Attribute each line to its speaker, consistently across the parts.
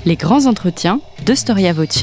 Speaker 1: Les grands entretiens de Storia Voce.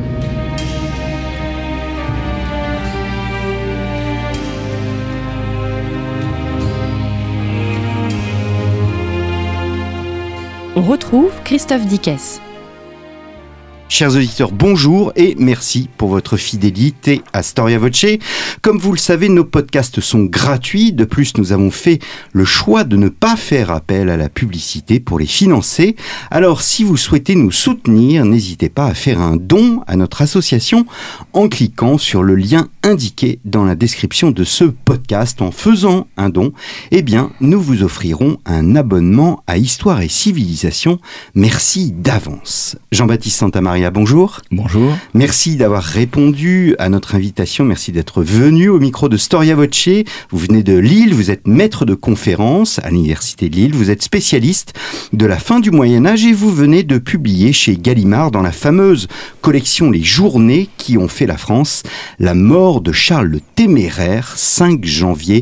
Speaker 1: On retrouve Christophe Dickès.
Speaker 2: Chers auditeurs, bonjour et merci pour votre fidélité à Storia Voce. Comme vous le savez, nos podcasts sont gratuits. De plus, nous avons fait le choix de ne pas faire appel à la publicité pour les financer. Alors, si vous souhaitez nous soutenir, n'hésitez pas à faire un don à notre association en cliquant sur le lien indiqué dans la description de ce podcast. En faisant un don, nous vous offrirons un abonnement à Histoire et Civilisation. Merci d'avance. Jean-Baptiste Santamaria, bonjour.
Speaker 3: Bonjour.
Speaker 2: Merci d'avoir répondu à notre invitation. Merci d'être venu au micro de Storia Voce. Vous venez de Lille, vous êtes maître de conférence à l'Université de Lille, vous êtes spécialiste de la fin du Moyen-Âge et vous venez de publier chez Gallimard dans la fameuse collection Les Journées qui ont fait la France, la mort de Charles le Téméraire, 5 janvier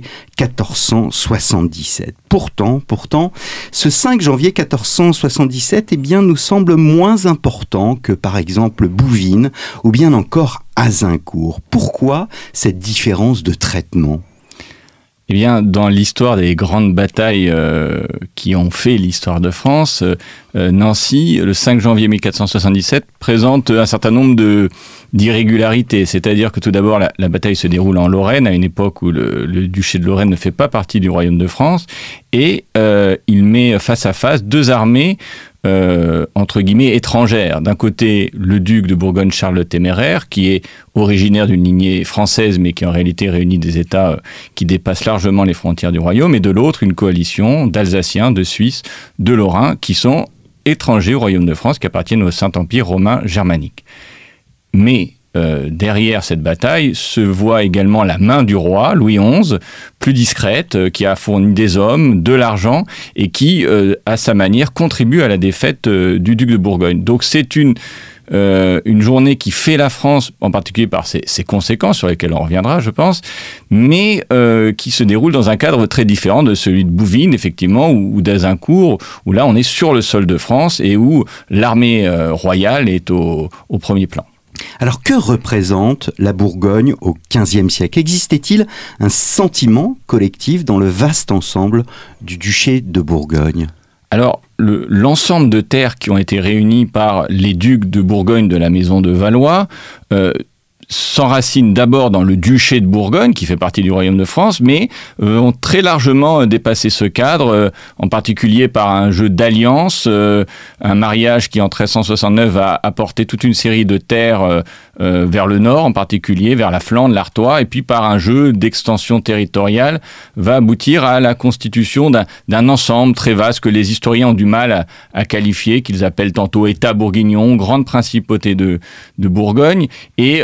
Speaker 2: 1477. Pourtant, ce 5 janvier 1477, nous semble moins important que par exemple Bouvines ou bien encore Azincourt. Pourquoi cette différence de traitement ?
Speaker 3: Dans l'histoire des grandes batailles qui ont fait l'histoire de France, Nancy, le 5 janvier 1477, présente un certain nombre d'irrégularités. C'est-à-dire que tout d'abord, la bataille se déroule en Lorraine, à une époque où le duché de Lorraine ne fait pas partie du royaume de France, et il met face à face deux armées entre guillemets étrangères. D'un côté, le duc de Bourgogne Charles le Téméraire, qui est originaire d'une lignée française, mais qui en réalité réunit des États qui dépassent largement les frontières du royaume, et de l'autre, une coalition d'Alsaciens, de Suisses, de Lorrains, qui sont étrangers au royaume de France, qui appartiennent au Saint-Empire romain germanique. Mais derrière cette bataille se voit également la main du roi, Louis XI, plus discrète, qui a fourni des hommes, de l'argent, et qui, à sa manière, contribue à la défaite du duc de Bourgogne. Donc c'est une journée qui fait la France, en particulier par ses conséquences, sur lesquelles on reviendra, je pense, mais qui se déroule dans un cadre très différent de celui de Bouvines, effectivement, ou d'Azincourt, où là, on est sur le sol de France et où l'armée royale est au premier plan.
Speaker 2: Alors, que représente la Bourgogne au XVe siècle ? Existait-il un sentiment collectif dans le vaste ensemble du duché de Bourgogne ?
Speaker 3: Alors, l'ensemble de terres qui ont été réunies par les ducs de Bourgogne de la maison de Valois s'enracinent d'abord dans le duché de Bourgogne, qui fait partie du royaume de France, mais ont très largement dépassé ce cadre, en particulier par un jeu d'alliance, un mariage qui en 1369 va apporter toute une série de terres vers le nord, en particulier vers la Flandre, l'Artois, et puis par un jeu d'extension territoriale va aboutir à la constitution d'un ensemble très vaste que les historiens ont du mal à qualifier, qu'ils appellent tantôt État bourguignon, grande principauté de Bourgogne, et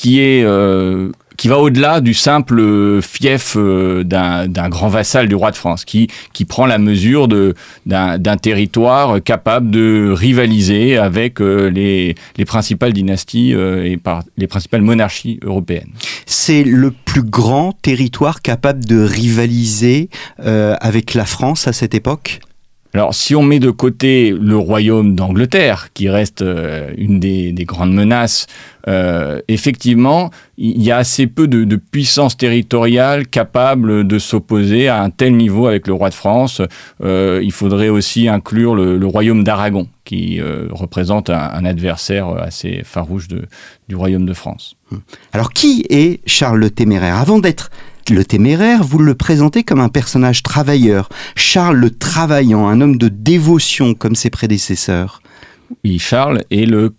Speaker 3: qui va au-delà du simple fief d'un grand vassal du roi de France, qui prend la mesure d'un territoire capable de rivaliser avec les principales dynasties et les principales monarchies européennes.
Speaker 2: C'est le plus grand territoire capable de rivaliser avec la France à cette époque ?
Speaker 3: Alors, si on met de côté le royaume d'Angleterre, qui reste une des grandes menaces, effectivement, il y a assez peu de puissance territoriale capable de s'opposer à un tel niveau avec le roi de France. Il faudrait aussi inclure le royaume d'Aragon, qui représente un adversaire assez farouche du royaume de France.
Speaker 2: Alors, qui est Charles le Téméraire ? Avant d'être le Téméraire, vous le présentez comme un personnage travailleur, Charles le Travaillant, un homme de dévotion comme ses prédécesseurs.
Speaker 3: Oui, Charles est le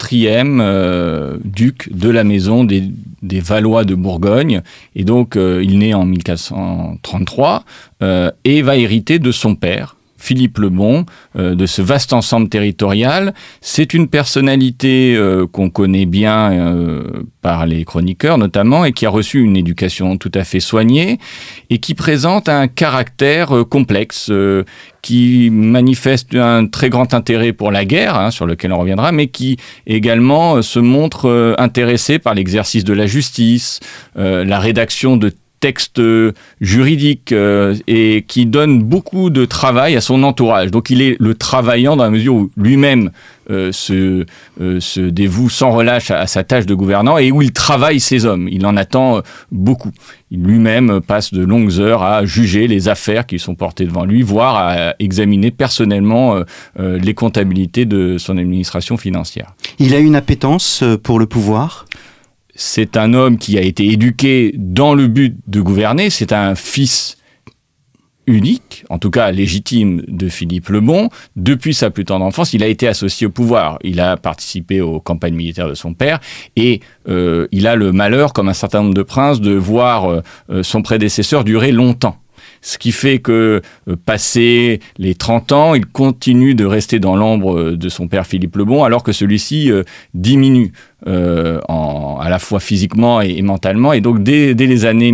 Speaker 3: 4e duc de la maison des Valois de Bourgogne, et donc il naît en 1433 et va hériter de son père, Philippe le Bon, de ce vaste ensemble territorial. C'est une personnalité qu'on connaît bien par les chroniqueurs notamment, et qui a reçu une éducation tout à fait soignée, et qui présente un caractère complexe, qui manifeste un très grand intérêt pour la guerre, sur lequel on reviendra, mais qui également se montre intéressé par l'exercice de la justice, la rédaction de textes juridiques et qui donne beaucoup de travail à son entourage. Donc il est le travaillant dans la mesure où lui-même se dévoue sans relâche à sa tâche de gouvernant et où il travaille ses hommes. Il en attend beaucoup. Il lui-même passe de longues heures à juger les affaires qui sont portées devant lui, voire à examiner personnellement les comptabilités de son administration financière.
Speaker 2: Il a une appétence pour le pouvoir ?
Speaker 3: C'est un homme qui a été éduqué dans le but de gouverner. C'est un fils unique, en tout cas légitime, de Philippe le Bon. Depuis sa plus tendre enfance, il a été associé au pouvoir. Il a participé aux campagnes militaires de son père et il a le malheur, comme un certain nombre de princes, de voir son prédécesseur durer longtemps. Ce qui fait que, passé les 30 ans, il continue de rester dans l'ombre de son père Philippe le Bon, alors que celui-ci diminue à la fois physiquement et mentalement. Et donc, dès les années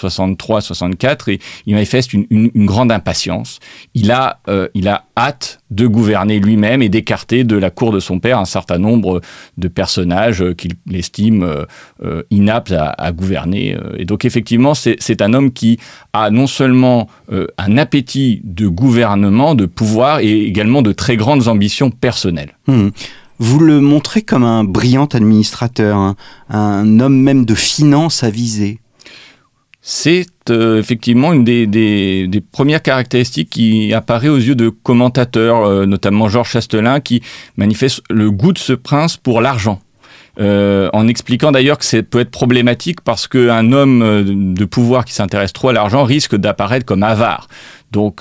Speaker 3: 1463-64, il manifeste une grande impatience. Il a hâte de gouverner lui-même et d'écarter de la cour de son père un certain nombre de personnages qu'il estime inaptes à gouverner. Et donc, effectivement, c'est un homme qui a non seulement un appétit de gouvernement, de pouvoir et également de très grandes ambitions personnelles.
Speaker 2: Vous le montrez comme un brillant administrateur, un homme même de finance avisé.
Speaker 3: C'est effectivement une des premières caractéristiques qui apparaît aux yeux de commentateurs, notamment Georges Chastelain, qui manifeste le goût de ce prince pour l'argent. En expliquant d'ailleurs que ça peut être problématique parce qu'un homme de pouvoir qui s'intéresse trop à l'argent risque d'apparaître comme avare. Donc,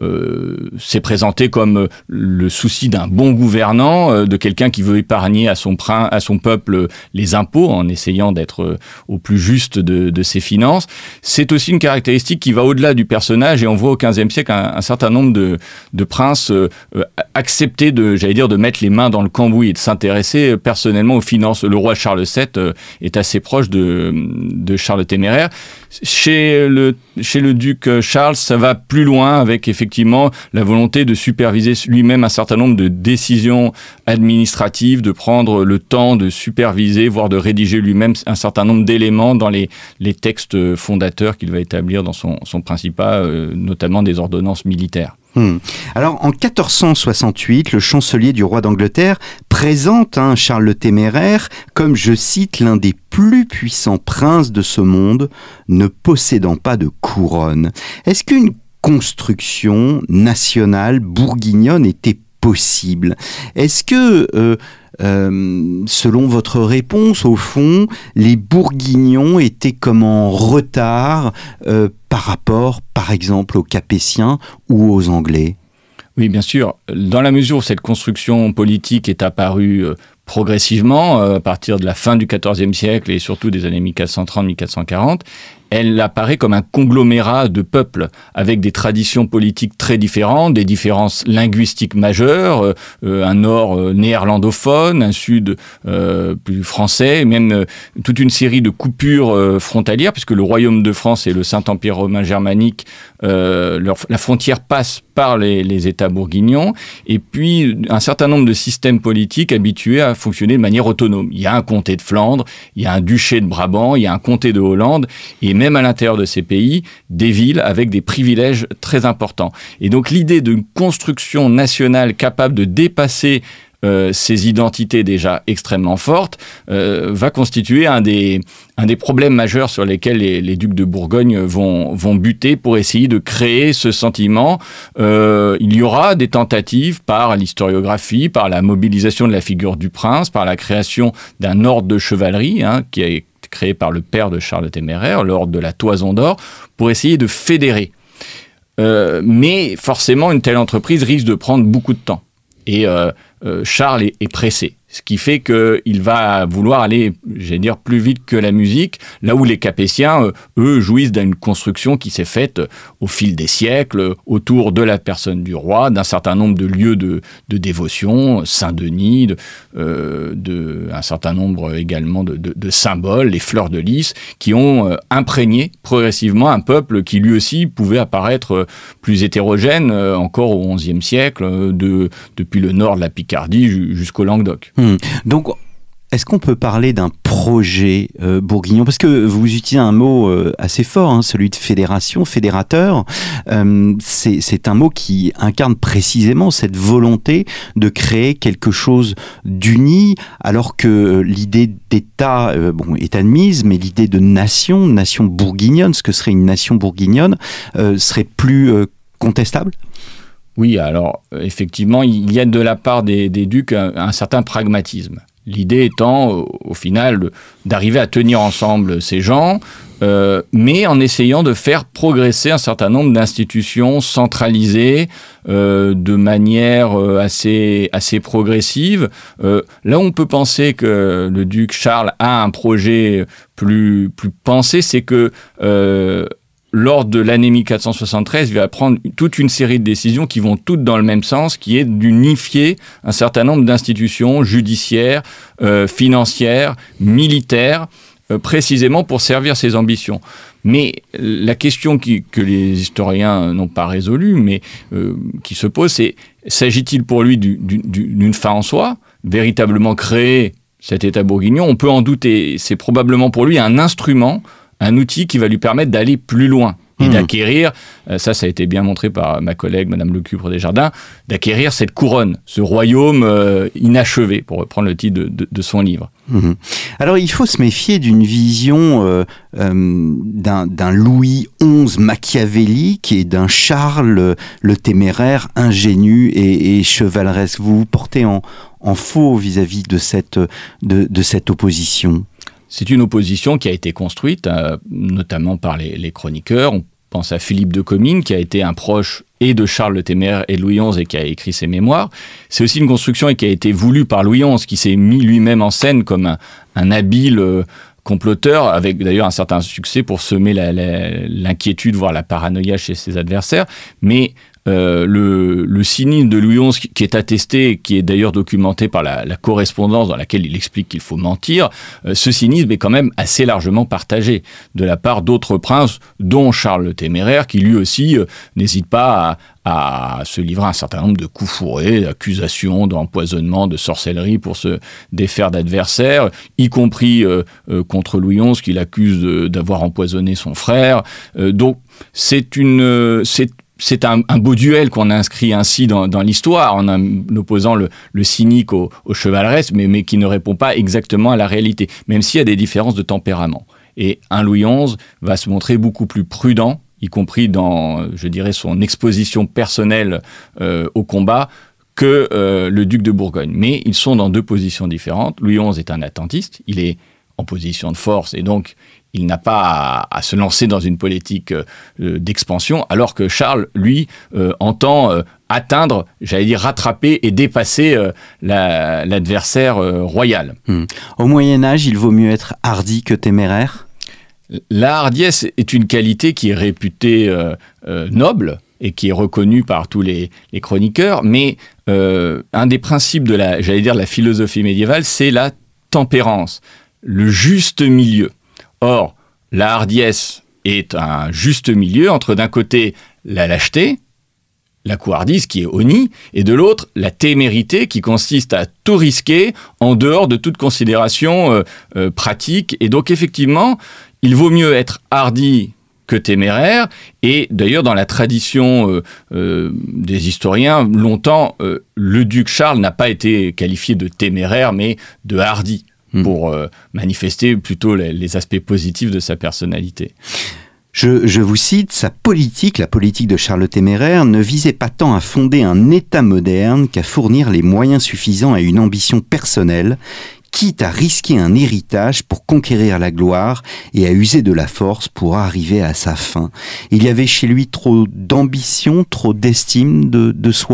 Speaker 3: c'est présenté comme le souci d'un bon gouvernant, de quelqu'un qui veut épargner à son peuple les impôts en essayant d'être au plus juste de ses finances. C'est aussi une caractéristique qui va au-delà du personnage et on voit au XVe siècle un certain nombre de princes accepter de mettre les mains dans le cambouis et de s'intéresser personnellement aux finances. Le roi Charles VII est assez proche de Charles le Téméraire. Chez le duc Charles, ça va plus loin avec effectivement la volonté de superviser lui-même un certain nombre de décisions administratives, de prendre le temps de superviser, voire de rédiger lui-même un certain nombre d'éléments dans les textes fondateurs qu'il va établir dans son principat, notamment des ordonnances militaires.
Speaker 2: Alors, en 1468, le chancelier du roi d'Angleterre présente Charles le Téméraire comme, je cite, l'un des plus puissants princes de ce monde, ne possédant pas de couronne. Est-ce qu'une construction nationale bourguignonne était possible ? Est-ce que, selon votre réponse, au fond, les Bourguignons étaient comme en retard par rapport, par exemple, aux Capétiens ou aux Anglais ?
Speaker 3: Oui, bien sûr. Dans la mesure où cette construction politique est apparue progressivement, à partir de la fin du XIVe siècle et surtout des années 1430-1440, elle apparaît comme un conglomérat de peuples avec des traditions politiques très différentes, des différences linguistiques majeures, un nord néerlandophone, un sud plus français, même toute une série de coupures frontalières, puisque le royaume de France et le Saint-Empire romain germanique, la frontière passe par les États bourguignons, et puis un certain nombre de systèmes politiques habitués à fonctionner de manière autonome. Il y a un comté de Flandre, il y a un duché de Brabant, il y a un comté de Hollande, et même à l'intérieur de ces pays, des villes avec des privilèges très importants. Et donc l'idée d'une construction nationale capable de dépasser ces identités déjà extrêmement fortes va constituer un des problèmes majeurs sur lesquels les ducs de Bourgogne vont buter pour essayer de créer ce sentiment. Il y aura des tentatives par l'historiographie, par la mobilisation de la figure du prince, par la création d'un ordre de chevalerie qui est créé par le père de Charles le Téméraire, l'ordre de la Toison d'Or, pour essayer de fédérer. Mais forcément, une telle entreprise risque de prendre beaucoup de temps. Et Charles est pressé. Ce qui fait qu'il va vouloir aller, plus vite que la musique, là où les Capétiens, eux, jouissent d'une construction qui s'est faite au fil des siècles, autour de la personne du roi, d'un certain nombre de lieux de dévotion, Saint-Denis, un certain nombre également de symboles, les fleurs de lys, qui ont imprégné progressivement un peuple qui lui aussi pouvait apparaître plus hétérogène encore au XIe siècle, depuis le nord de la Picardie jusqu'au Languedoc.
Speaker 2: Donc, Est-ce qu'on peut parler d'un projet bourguignon ? Parce que vous utilisez un mot assez fort, celui de fédération, fédérateur. C'est un mot qui incarne précisément cette volonté de créer quelque chose d'uni, alors que l'idée d'État est admise, mais l'idée de nation bourguignonne, ce que serait une nation bourguignonne, serait plus contestable ?
Speaker 3: Oui, alors effectivement, il y a de la part des ducs un certain pragmatisme. L'idée étant, au final, d'arriver à tenir ensemble ces gens, mais en essayant de faire progresser un certain nombre d'institutions centralisées de manière assez progressive. Là où on peut penser que le duc Charles a un projet plus pensé, c'est que lors de l'année 1473, il va prendre toute une série de décisions qui vont toutes dans le même sens, qui est d'unifier un certain nombre d'institutions judiciaires, financières, militaires, précisément pour servir ses ambitions. Mais la question que les historiens n'ont pas résolue, mais qui se pose, c'est s'agit-il pour lui d'une fin en soi, véritablement créer cet État bourguignon ? On peut en douter. C'est probablement pour lui un instrument, un outil qui va lui permettre d'aller plus loin et d'acquérir, ça a été bien montré par ma collègue Madame Lecupre Desjardins, d'acquérir cette couronne, ce royaume inachevé, pour reprendre le titre de son livre.
Speaker 2: Alors il faut se méfier d'une vision d'un Louis XI machiavélique et d'un Charles le Téméraire ingénu et chevaleresque. Vous vous portez en faux vis-à-vis de cette opposition.
Speaker 3: C'est une opposition qui a été construite, notamment par les chroniqueurs. On pense à Philippe de Comines, qui a été un proche et de Charles le Téméraire et de Louis XI et qui a écrit ses mémoires. C'est aussi une construction qui a été voulue par Louis XI, qui s'est mis lui-même en scène comme un habile comploteur, avec d'ailleurs un certain succès pour semer l'inquiétude, voire la paranoïa chez ses adversaires. Mais le cynisme de Louis XI, qui est attesté, qui est d'ailleurs documenté par la correspondance dans laquelle il explique qu'il faut mentir, ce cynisme est quand même assez largement partagé de la part d'autres princes, dont Charles le Téméraire, qui lui aussi n'hésite pas à se livrer à un certain nombre de coups fourrés, d'accusations, d'empoisonnement, de sorcellerie pour se défaire d'adversaires, y compris contre Louis XI, qu'il accuse d'avoir empoisonné son frère. Donc c'est un beau duel qu'on a inscrit ainsi dans l'histoire, en opposant le cynique au chevaleresque, mais qui ne répond pas exactement à la réalité, même s'il y a des différences de tempérament. Et un Louis XI va se montrer beaucoup plus prudent, y compris dans, je dirais, son exposition personnelle au combat, que le duc de Bourgogne. Mais ils sont dans deux positions différentes. Louis XI est un attentiste, il est en position de force, et donc il n'a pas à se lancer dans une politique d'expansion, alors que Charles, lui, entend atteindre, j'allais dire rattraper et dépasser l'adversaire royal.
Speaker 2: Au Moyen-Âge, il vaut mieux être hardi que téméraire ?
Speaker 3: La hardiesse est une qualité qui est réputée noble et qui est reconnue par tous les chroniqueurs, mais un des principes de la philosophie médiévale, c'est la tempérance, le juste milieu. Or, la hardiesse est un juste milieu entre, d'un côté, la lâcheté, la couardise qui est honnie, et de l'autre, la témérité qui consiste à tout risquer en dehors de toute considération pratique. Et donc, effectivement, il vaut mieux être hardi que téméraire. Et d'ailleurs, dans la tradition des historiens, longtemps, le duc Charles n'a pas été qualifié de téméraire, mais de hardi, pour manifester plutôt les aspects positifs de sa personnalité.
Speaker 2: Je vous cite, sa politique, la politique de Charles le Téméraire, ne visait pas tant à fonder un État moderne qu'à fournir les moyens suffisants à une ambition personnelle, quitte à risquer un héritage pour conquérir la gloire et à user de la force pour arriver à sa fin. Il y avait chez lui trop d'ambition, trop d'estime de soi ?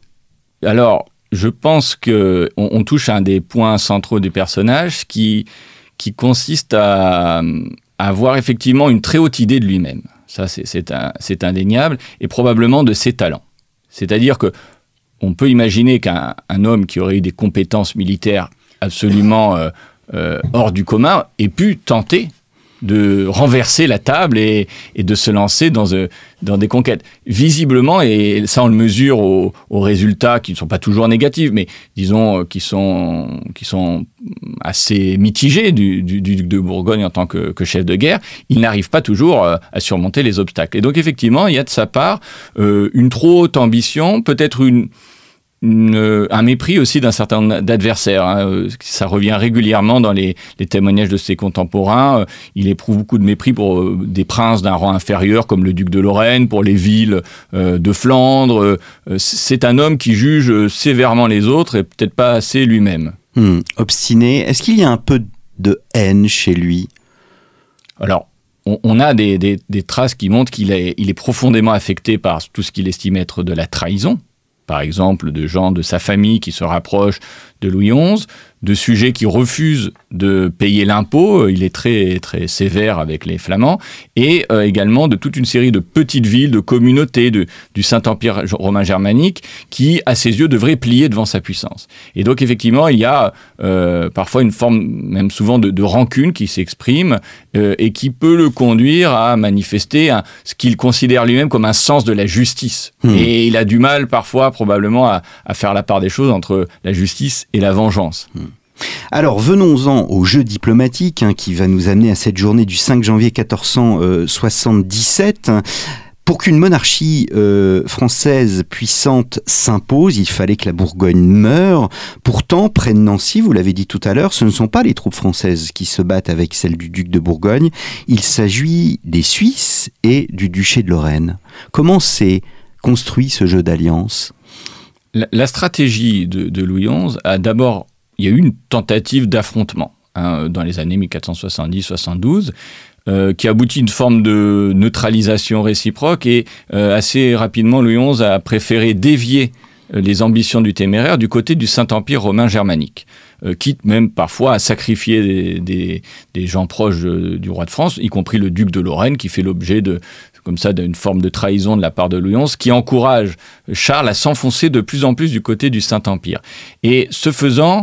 Speaker 3: Alors, je pense qu'on touche à un des points centraux du personnage qui consiste à avoir effectivement une très haute idée de lui-même. Ça, c'est indéniable, et probablement de ses talents. C'est-à-dire qu'on peut imaginer qu'un homme qui aurait eu des compétences militaires absolument hors du commun ait pu tenter de renverser la table et de se lancer dans des conquêtes. Visiblement, et ça on le mesure aux résultats qui ne sont pas toujours négatifs, mais disons qui sont assez mitigés du duc de Bourgogne en tant que chef de guerre, il n'arrive pas toujours à surmonter les obstacles. Et donc effectivement, il y a de sa part une trop haute ambition, peut-être un mépris aussi d'un certain nombre d'adversaires. Ça revient régulièrement dans les témoignages de ses contemporains. Il éprouve beaucoup de mépris pour des princes d'un rang inférieur comme le duc de Lorraine, pour les villes de Flandre. C'est un homme qui juge sévèrement les autres et peut-être pas assez lui-même.
Speaker 2: Obstiné. Est-ce qu'il y a un peu de haine chez lui ?
Speaker 3: Alors, on a des traces qui montrent qu'il est profondément affecté par tout ce qu'il estime être de la trahison. Par exemple, de gens de sa famille qui se rapprochent de Louis XI, de sujets qui refusent de payer l'impôt, il est très, très sévère avec les Flamands, et également de toute une série de petites villes, de communautés du Saint-Empire romain germanique qui, à ses yeux, devraient plier devant sa puissance. Et donc, effectivement, il y a parfois une forme, même souvent, de rancune qui s'exprime et qui peut le conduire à manifester ce qu'il considère lui-même comme un sens de la justice. Et il a du mal, parfois, probablement, à faire la part des choses entre la justice et la vengeance.
Speaker 2: Alors, venons-en au jeu diplomatique qui va nous amener à cette journée du 5 janvier 1477. Pour qu'une monarchie française puissante s'impose, il fallait que la Bourgogne meure. Pourtant, près de Nancy, vous l'avez dit tout à l'heure, ce ne sont pas les troupes françaises qui se battent avec celles du duc de Bourgogne. Il s'agit des Suisses et du duché de Lorraine. Comment s'est construit ce jeu d'alliance ?
Speaker 3: La stratégie de Louis XI a d'abord, il y a eu une tentative d'affrontement dans les années 1470-72 qui aboutit à une forme de neutralisation réciproque et assez rapidement Louis XI a préféré dévier les ambitions du téméraire du côté du Saint-Empire romain germanique, quitte même parfois à sacrifier des gens proches du roi de France, y compris le duc de Lorraine qui fait l'objet d'une forme de trahison de la part de Louis XI, qui encourage Charles à s'enfoncer de plus en plus du côté du Saint-Empire. Et ce faisant,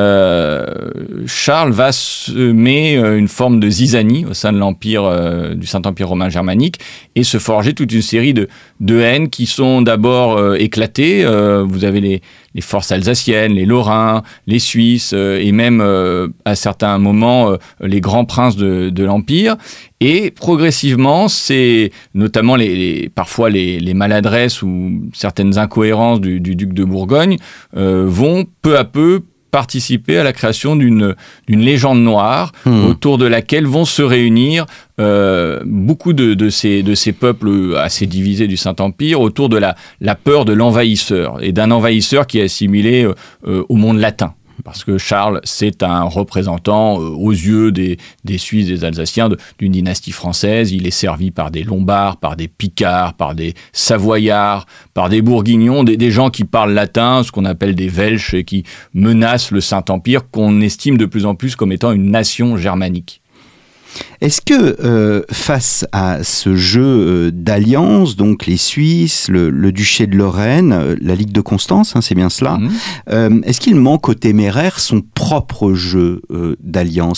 Speaker 3: Charles va semer une forme de zizanie au sein de l'empire du Saint-Empire romain germanique et se forger toute une série de haines qui sont d'abord éclatées. Vous avez les forces alsaciennes, les Lorrains, les Suisses et même à certains moments les grands princes de l'Empire. Et progressivement, c'est notamment parfois les maladresses ou certaines incohérences du duc de Bourgogne vont peu à peu participer à la création d'une légende noire autour de laquelle vont se réunir beaucoup de ces peuples assez divisés du Saint-Empire autour de la peur de l'envahisseur et d'un envahisseur qui est assimilé au monde latin. Parce que Charles, c'est un représentant aux yeux des Suisses, des Alsaciens, d'une dynastie française. Il est servi par des Lombards, par des Picards, par des Savoyards, par des Bourguignons, des gens qui parlent latin, ce qu'on appelle des Welsh, et qui menacent le Saint-Empire, qu'on estime de plus en plus comme étant une nation germanique.
Speaker 2: Est-ce que face à ce jeu d'alliance, donc les Suisses, le duché de Lorraine, la Ligue de Constance, c'est bien cela, est-ce qu'il manque au téméraire son propre jeu d'alliance ?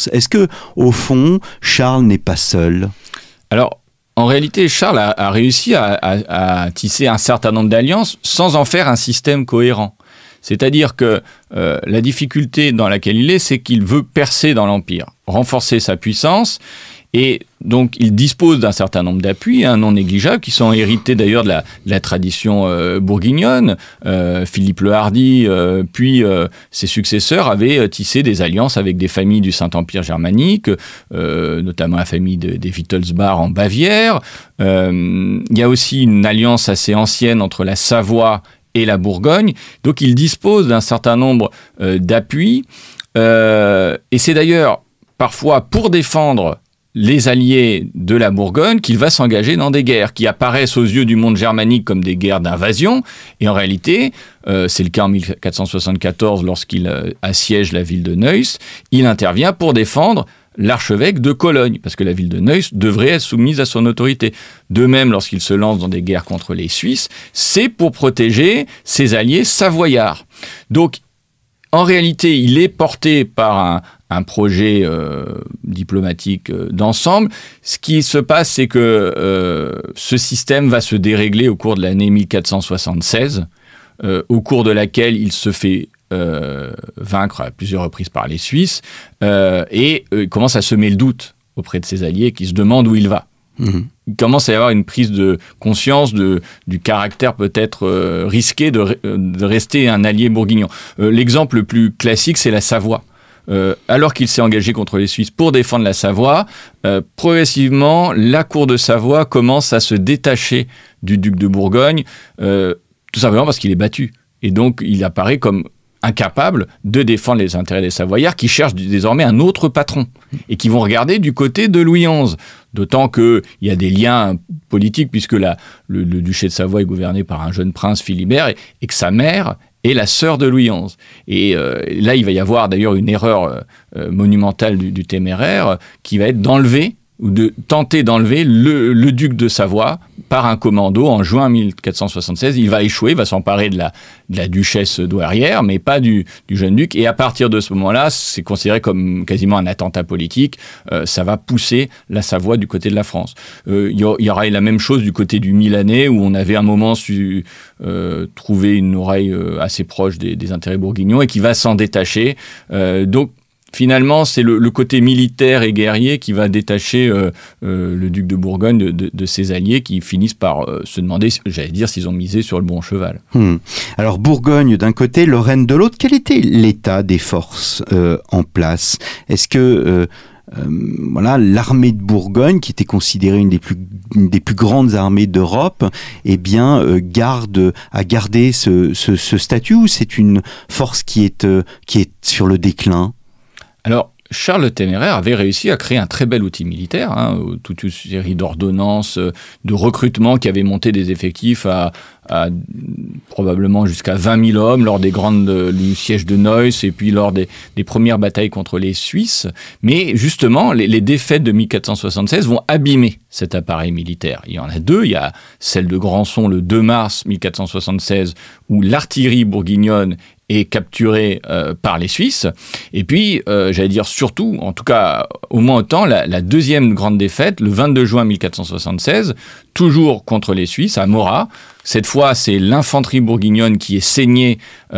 Speaker 2: Est-ce que, au fond, Charles n'est pas seul ?
Speaker 3: Alors, en réalité, Charles a réussi à tisser un certain nombre d'alliances sans en faire un système cohérent. C'est-à-dire que la difficulté dans laquelle il est, c'est qu'il veut percer dans l'Empire, renforcer sa puissance, et donc il dispose d'un certain nombre d'appuis non négligeables, qui sont hérités d'ailleurs de la tradition bourguignonne. Philippe le Hardi, puis ses successeurs avaient tissé des alliances avec des familles du Saint-Empire germanique, notamment la famille des Wittelsbach en Bavière. Il y a aussi une alliance assez ancienne entre la Savoie et la Bourgogne, donc il dispose d'un certain nombre d'appuis, et c'est d'ailleurs parfois pour défendre les alliés de la Bourgogne qu'il va s'engager dans des guerres qui apparaissent aux yeux du monde germanique comme des guerres d'invasion, et en réalité, c'est le cas en 1474 lorsqu'il assiège la ville de Neuss, il intervient pour défendre l'archevêque de Cologne, parce que la ville de Neuss devrait être soumise à son autorité. De même, lorsqu'il se lance dans des guerres contre les Suisses, c'est pour protéger ses alliés savoyards. Donc, en réalité, il est porté par un projet diplomatique d'ensemble. Ce qui se passe, c'est que ce système va se dérégler au cours de l'année 1476, au cours de laquelle il se fait vaincre à plusieurs reprises par les Suisses, et il commence à semer le doute auprès de ses alliés qui se demandent où il va. Il commence à y avoir une prise de conscience du caractère peut-être risqué de rester un allié bourguignon. L'exemple le plus classique, c'est la Savoie. Alors qu'il s'est engagé contre les Suisses pour défendre la Savoie, progressivement, la cour de Savoie commence à se détacher du duc de Bourgogne, tout simplement parce qu'il est battu. Et donc, il apparaît comme incapable de défendre les intérêts des Savoyards qui cherchent désormais un autre patron et qui vont regarder du côté de Louis XI. D'autant qu'il y a des liens politiques puisque le duché de Savoie est gouverné par un jeune prince, Philibert, et que sa mère est la sœur de Louis XI. Et là, il va y avoir d'ailleurs une erreur monumentale du téméraire qui va être d'enlever ou de tenter d'enlever le duc de Savoie par un commando en juin 1476. Il va échouer, il va s'emparer de la duchesse douairière, mais pas du jeune duc. Et à partir de ce moment-là, c'est considéré comme quasiment un attentat politique. Ça va pousser la Savoie du côté de la France. Il y aura la même chose du côté du Milanais, où on avait un moment su trouver une oreille assez proche des intérêts bourguignons et qui va s'en détacher. Donc, finalement, c'est le côté militaire et guerrier qui va détacher le duc de Bourgogne de ses alliés qui finissent par se demander, j'allais dire, s'ils ont misé sur le bon cheval.
Speaker 2: Alors, Bourgogne d'un côté, Lorraine de l'autre, quel était l'état des forces en place ? Est-ce que l'armée de Bourgogne, qui était considérée une des plus grandes armées d'Europe, a gardé ce statut, ou c'est une force qui est sur le déclin ?
Speaker 3: Alors, Charles le Téméraire avait réussi à créer un très bel outil militaire, toute une série d'ordonnances, de recrutement qui avaient monté des effectifs à probablement jusqu'à 20 000 hommes lors du siège de Neuss et puis lors des premières batailles contre les Suisses. Mais justement, les défaites de 1476 vont abîmer cet appareil militaire. Il y en a deux. Il y a celle de Granson le 2 mars 1476 où l'artillerie bourguignonne est capturée par les Suisses. Et puis, j'allais dire surtout, en tout cas au moins autant, la deuxième grande défaite, le 22 juin 1476, toujours contre les Suisses, à Morat. Cette fois, c'est l'infanterie bourguignonne qui est saignée.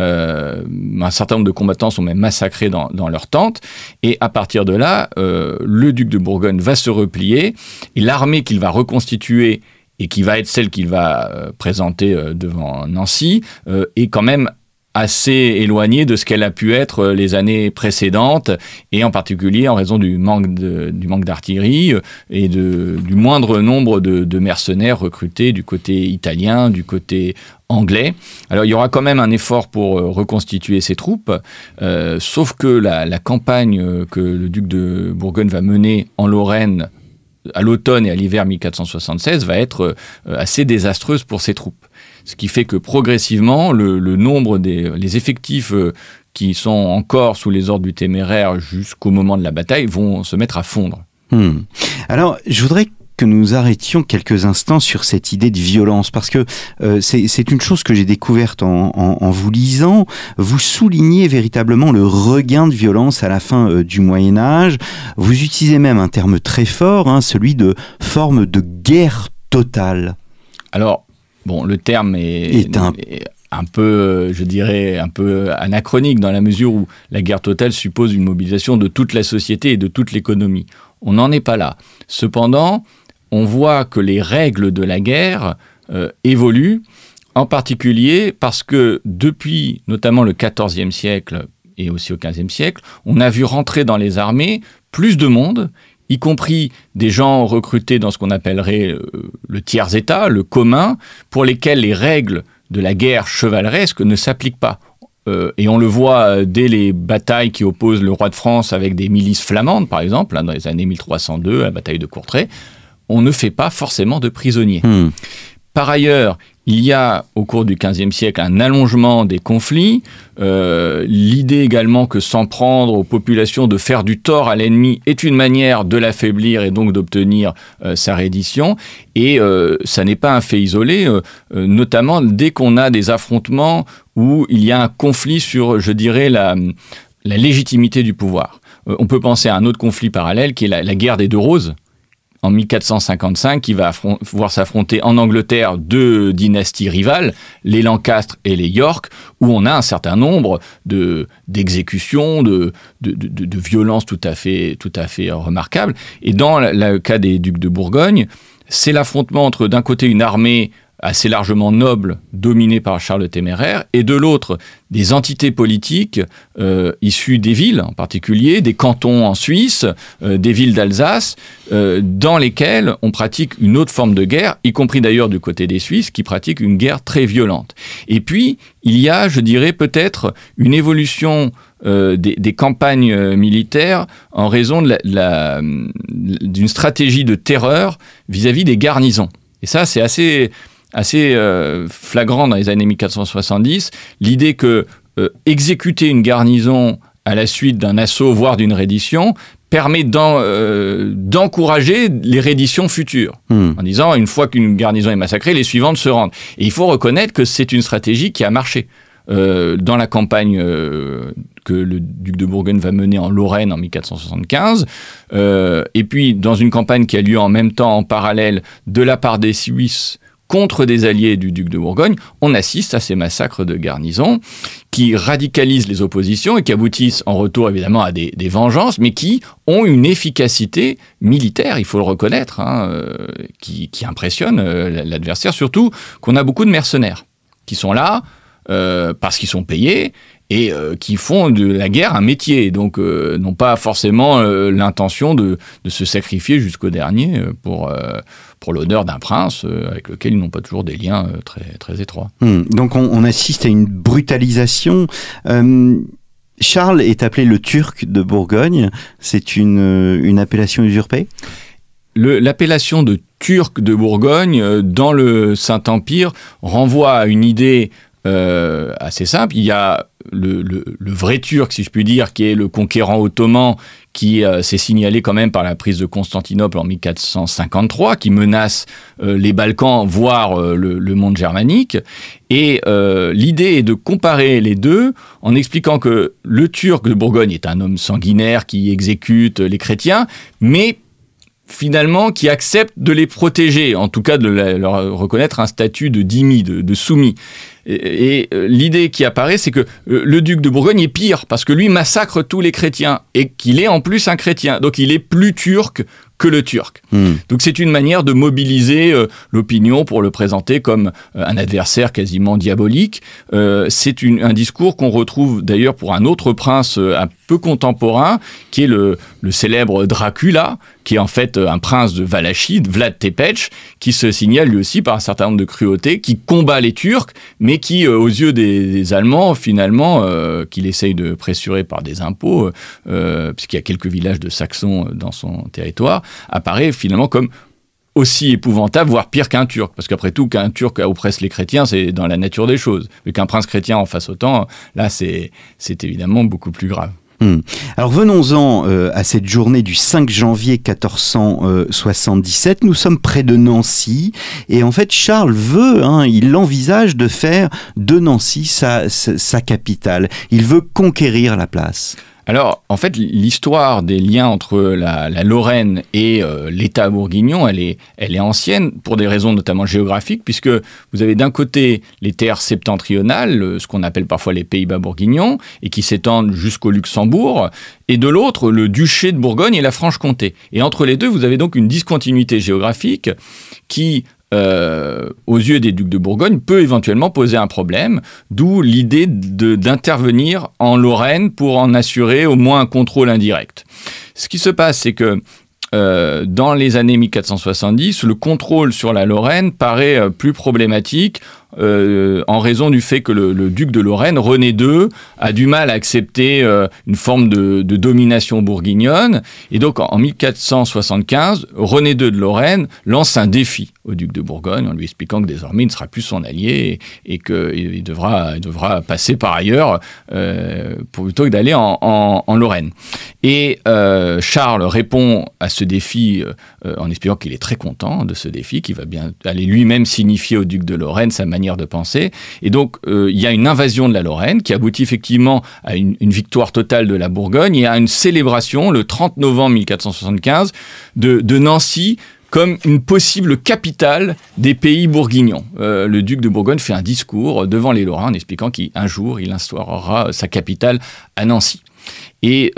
Speaker 3: Un certain nombre de combattants sont même massacrés dans leur tente. Et à partir de là, le duc de Bourgogne va se replier. Et l'armée qu'il va reconstituer et qui va être celle qu'il va présenter devant Nancy est quand même assez éloignée de ce qu'elle a pu être les années précédentes, et en particulier en raison du manque d'artillerie et du moindre nombre de mercenaires recrutés du côté italien, du côté anglais. Alors il y aura quand même un effort pour reconstituer ces troupes, sauf que la campagne que le duc de Bourgogne va mener en Lorraine à l'automne et à l'hiver 1476 va être assez désastreuse pour ses troupes. Ce qui fait que progressivement, le nombre les effectifs qui sont encore sous les ordres du Téméraire jusqu'au moment de la bataille vont se mettre à fondre.
Speaker 2: Alors, je voudrais que nous arrêtions quelques instants sur cette idée de violence, parce que c'est une chose que j'ai découverte en vous lisant. Vous soulignez véritablement le regain de violence à la fin du Moyen-Âge. Vous utilisez même un terme très fort, celui de forme de guerre totale.
Speaker 3: Alors, bon, le terme est un peu, je dirais, un peu anachronique dans la mesure où la guerre totale suppose une mobilisation de toute la société et de toute l'économie. On n'en est pas là. Cependant, on voit que les règles de la guerre évoluent, en particulier parce que depuis notamment le XIVe siècle et aussi au XVe siècle, on a vu rentrer dans les armées plus de monde, y compris des gens recrutés dans ce qu'on appellerait le tiers-état, le commun, pour lesquels les règles de la guerre chevaleresque ne s'appliquent pas. Et on le voit dès les batailles qui opposent le roi de France avec des milices flamandes, par exemple, dans les années 1302, à la bataille de Courtrai, on ne fait pas forcément de prisonniers. Par ailleurs, il y a, au cours du XVe siècle, un allongement des conflits, l'idée également que s'en prendre aux populations, de faire du tort à l'ennemi, est une manière de l'affaiblir et donc d'obtenir sa reddition. Et ça n'est pas un fait isolé, notamment dès qu'on a des affrontements où il y a un conflit sur, je dirais, la légitimité du pouvoir. on peut penser à un autre conflit parallèle qui est la guerre des Deux Roses, en 1455, qui va voir s'affronter en Angleterre deux dynasties rivales, les Lancaster et les York, où on a un certain nombre d'exécutions, de violences tout à fait remarquables. Et dans le cas des ducs de Bourgogne, c'est l'affrontement entre, d'un côté, une armée assez largement noble, dominée par Charles le Téméraire, et de l'autre, des entités politiques issues des villes, en particulier, des cantons en Suisse, des villes d'Alsace, dans lesquelles on pratique une autre forme de guerre, y compris d'ailleurs du côté des Suisses, qui pratiquent une guerre très violente. Et puis, il y a, je dirais, peut-être une évolution des campagnes militaires en raison d'une stratégie de terreur vis-à-vis des garnisons. Et ça, c'est assez flagrant dans les années 1470, l'idée que exécuter une garnison à la suite d'un assaut, voire d'une reddition, permet d'encourager les redditions futures, en disant, une fois qu'une garnison est massacrée, les suivantes se rendent. Et il faut reconnaître que c'est une stratégie qui a marché. Dans la campagne que le duc de Bourgogne va mener en Lorraine en 1475, et puis dans une campagne qui a lieu en même temps, en parallèle, de la part des Suisses contre des alliés du duc de Bourgogne, on assiste à ces massacres de garnisons qui radicalisent les oppositions et qui aboutissent en retour évidemment à des vengeances, mais qui ont une efficacité militaire, il faut le reconnaître, qui impressionne l'adversaire, surtout qu'on a beaucoup de mercenaires qui sont là parce qu'ils sont payés et qui font de la guerre un métier, donc n'ont pas forcément l'intention de se sacrifier jusqu'au dernier pour l'honneur d'un prince avec lequel ils n'ont pas toujours des liens très, très étroits.
Speaker 2: Donc on assiste à une brutalisation. Charles est appelé le Turc de Bourgogne. C'est une appellation usurpée ?
Speaker 3: L'appellation de Turc de Bourgogne dans le Saint-Empire renvoie à une idée assez simple. Il y a le vrai Turc, si je puis dire, qui est le conquérant ottoman, qui s'est signalé quand même par la prise de Constantinople en 1453, qui menace les Balkans, voire le monde germanique. Et l'idée est de comparer les deux en expliquant que le Turc de Bourgogne est un homme sanguinaire qui exécute les chrétiens, mais finalement qui accepte de les protéger, en tout cas de leur reconnaître un statut de dhimmi, de soumis. Et l'idée qui apparaît, c'est que le duc de Bourgogne est pire, parce que lui massacre tous les chrétiens, et qu'il est en plus un chrétien, donc il est plus turc que le turc. Donc c'est une manière de mobiliser l'opinion pour le présenter comme un adversaire quasiment diabolique. C'est un discours qu'on retrouve d'ailleurs pour un autre prince un peu contemporain, qui est le célèbre Dracula, qui est en fait un prince de Valachie, Vlad Tepes, qui se signale lui aussi par un certain nombre de cruautés, qui combat les Turcs, mais qui, aux yeux des Allemands, finalement, qu'il essaye de pressurer par des impôts, puisqu'il y a quelques villages de Saxons dans son territoire, apparaît finalement comme aussi épouvantable, voire pire qu'un Turc. Parce qu'après tout, qu'un Turc oppresse les chrétiens, c'est dans la nature des choses. Mais qu'un prince chrétien en fasse autant, là, c'est évidemment beaucoup plus grave.
Speaker 2: Alors venons-en à cette journée du 5 janvier 1477. Nous sommes près de Nancy et en fait Charles il envisage de faire de Nancy sa capitale. Il veut conquérir la place.
Speaker 3: Alors, en fait, l'histoire des liens entre la Lorraine et l'État bourguignon, elle est ancienne pour des raisons notamment géographiques, puisque vous avez d'un côté les terres septentrionales, ce qu'on appelle parfois les Pays-Bas bourguignons, et qui s'étendent jusqu'au Luxembourg, et de l'autre, le duché de Bourgogne et la Franche-Comté. Et entre les deux, vous avez donc une discontinuité géographique qui, aux yeux des ducs de Bourgogne, peut éventuellement poser un problème, d'où l'idée d'intervenir en Lorraine pour en assurer au moins un contrôle indirect. Ce qui se passe, c'est que dans les années 1470, le contrôle sur la Lorraine paraît plus problématique en raison du fait que le duc de Lorraine, René II, a du mal à accepter une forme de domination bourguignonne. Et donc, en 1475, René II de Lorraine lance un défi au duc de Bourgogne en lui expliquant que désormais il ne sera plus son allié et qu'il devra passer par ailleurs plutôt que d'aller en Lorraine. Et Charles répond à ce défi en expliquant qu'il est très content de ce défi, qu'il va bien aller lui-même signifier au duc de Lorraine sa manière de penser. Et donc, il y a une invasion de la Lorraine qui aboutit effectivement à une victoire totale de la Bourgogne et à une célébration, le 30 novembre 1475, de Nancy comme une possible capitale des pays bourguignons. Le duc de Bourgogne fait un discours devant les Lorrains en expliquant qu'un jour, il instaurera sa capitale à Nancy. Et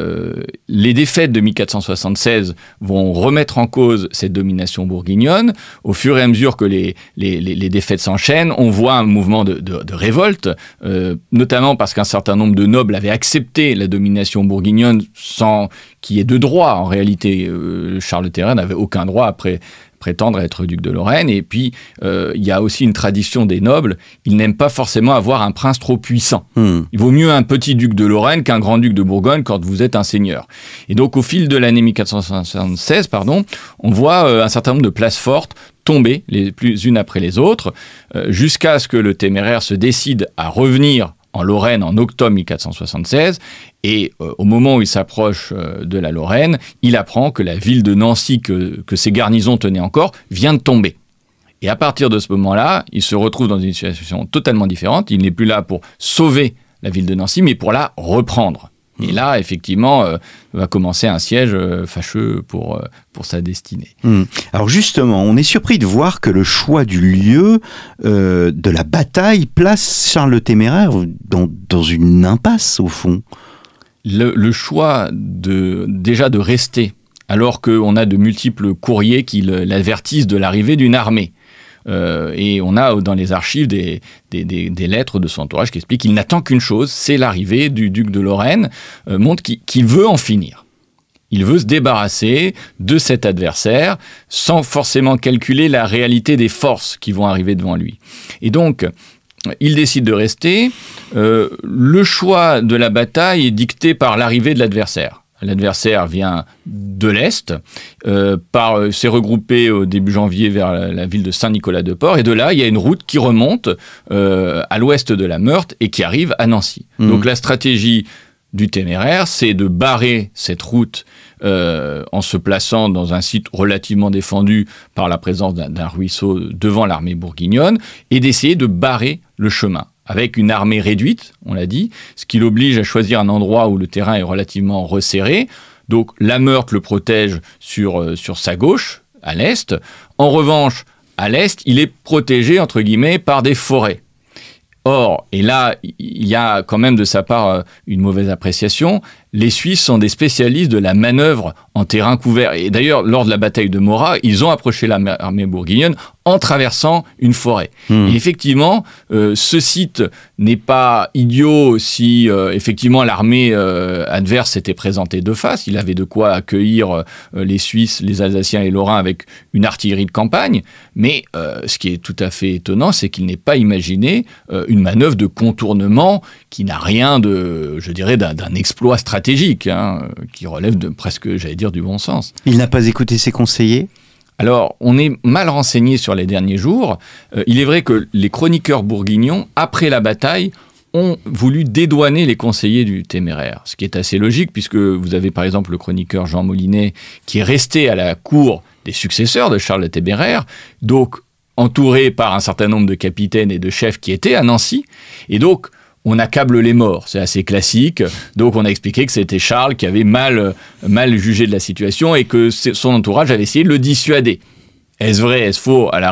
Speaker 3: les défaites de 1476 vont remettre en cause cette domination bourguignonne. Au fur et à mesure que les défaites s'enchaînent, on voit un mouvement de révolte, notamment parce qu'un certain nombre de nobles avaient accepté la domination bourguignonne sans qu'il y ait de droit. En réalité, Charles le Téméraire n'avait aucun droit après prétendre être duc de Lorraine. Et puis, il y a aussi une tradition des nobles. Ils n'aiment pas forcément avoir un prince trop puissant. Il vaut mieux un petit duc de Lorraine qu'un grand duc de Bourgogne quand vous êtes un seigneur. Et donc, au fil de l'année 1476, on voit un certain nombre de places fortes tomber les unes après les autres, jusqu'à ce que le Téméraire se décide à revenir en Lorraine en octobre 1476, et au moment où il s'approche de la Lorraine, il apprend que la ville de Nancy, que ses garnisons tenaient encore, vient de tomber. Et à partir de ce moment-là, il se retrouve dans une situation totalement différente. Il n'est plus là pour sauver la ville de Nancy, mais pour la reprendre. Et là, effectivement, va commencer un siège fâcheux pour sa destinée.
Speaker 2: Alors justement, on est surpris de voir que le choix du lieu de la bataille place Charles le Téméraire dans une impasse, au fond.
Speaker 3: Le choix de rester, alors qu'on a de multiples courriers qui l'avertissent de l'arrivée d'une armée. Et on a dans les archives des lettres de son entourage qui expliquent qu'il n'attend qu'une chose, c'est l'arrivée du duc de Lorraine, montre qu'il veut en finir. Il veut se débarrasser de cet adversaire sans forcément calculer la réalité des forces qui vont arriver devant lui. Et donc, il décide de rester. Le choix de la bataille est dicté par l'arrivée de l'adversaire. L'adversaire vient de l'Est, s'est regroupé au début janvier vers la ville de Saint-Nicolas-de-Port, et de là, il y a une route qui remonte à l'ouest de la Meurthe et qui arrive à Nancy. Donc la stratégie du Téméraire, c'est de barrer cette route en se plaçant dans un site relativement défendu par la présence d'un ruisseau devant l'armée bourguignonne, et d'essayer de barrer le chemin. Avec une armée réduite, on l'a dit, ce qui l'oblige à choisir un endroit où le terrain est relativement resserré. Donc la Meurthe le protège sur sa gauche, à l'est. En revanche, à l'est, il est protégé, entre guillemets, par des forêts. Or, et là, il y a quand même de sa part une mauvaise appréciation, les Suisses sont des spécialistes de la manœuvre en terrain couvert. Et d'ailleurs, lors de la bataille de Morat, ils ont approché l'armée bourguignonne en traversant une forêt. Et effectivement, ce site n'est pas idiot si effectivement l'armée adverse s'était présentée de face. Il avait de quoi accueillir les Suisses, les Alsaciens et les Lorrains avec une artillerie de campagne. Mais ce qui est tout à fait étonnant, c'est qu'il n'ait pas imaginé une manœuvre de contournement qui n'a rien d'un exploit stratégique, qui relève de presque, j'allais dire, du bon sens.
Speaker 2: Il n'a pas écouté ses conseillers ?
Speaker 3: Alors, on est mal renseigné sur les derniers jours. Il est vrai que les chroniqueurs bourguignons, après la bataille, ont voulu dédouaner les conseillers du Téméraire. Ce qui est assez logique, puisque vous avez par exemple le chroniqueur Jean Molinet, qui est resté à la cour des successeurs de Charles le Téméraire, donc entouré par un certain nombre de capitaines et de chefs qui étaient à Nancy, et donc on accable les morts, c'est assez classique. Donc on a expliqué que c'était Charles qui avait mal jugé de la situation et que son entourage avait essayé de le dissuader. Est-ce vrai, est-ce faux ? À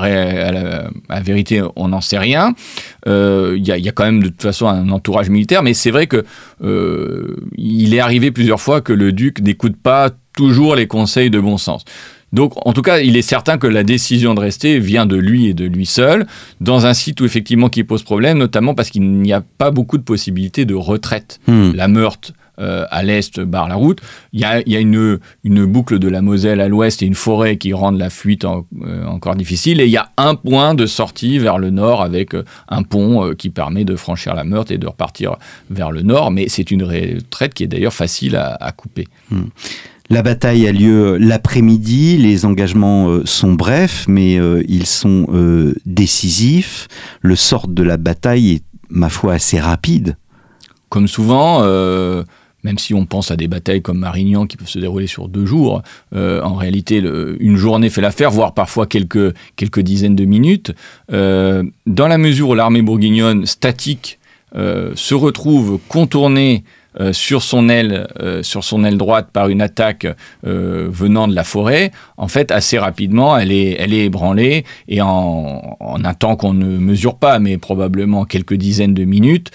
Speaker 3: la vérité, on n'en sait rien. Il y a quand même de toute façon un entourage militaire, mais c'est vrai que il est arrivé plusieurs fois que le duc n'écoute pas toujours les conseils de bon sens. Donc, en tout cas, il est certain que la décision de rester vient de lui et de lui seul, dans un site où effectivement qui pose problème, notamment parce qu'il n'y a pas beaucoup de possibilités de retraite. La Meurthe, à l'est, barre la route. Il y a une boucle de la Moselle à l'ouest et une forêt qui rendent la fuite encore difficile. Et il y a un point de sortie vers le nord avec un pont qui permet de franchir la Meurthe et de repartir vers le nord. Mais c'est une retraite qui est d'ailleurs facile à couper.
Speaker 2: La bataille a lieu l'après-midi, les engagements sont brefs, mais ils sont décisifs. Le sort de la bataille est, ma foi, assez rapide.
Speaker 3: Comme souvent, même si on pense à des batailles comme Marignan qui peuvent se dérouler sur 2 jours, en réalité, une journée fait l'affaire, voire parfois quelques dizaines de minutes. Dans la mesure où l'armée bourguignonne statique se retrouve contournée sur son aile droite par une attaque venant de la forêt, en fait, assez rapidement, elle est ébranlée et en un temps qu'on ne mesure pas, mais probablement quelques dizaines de minutes,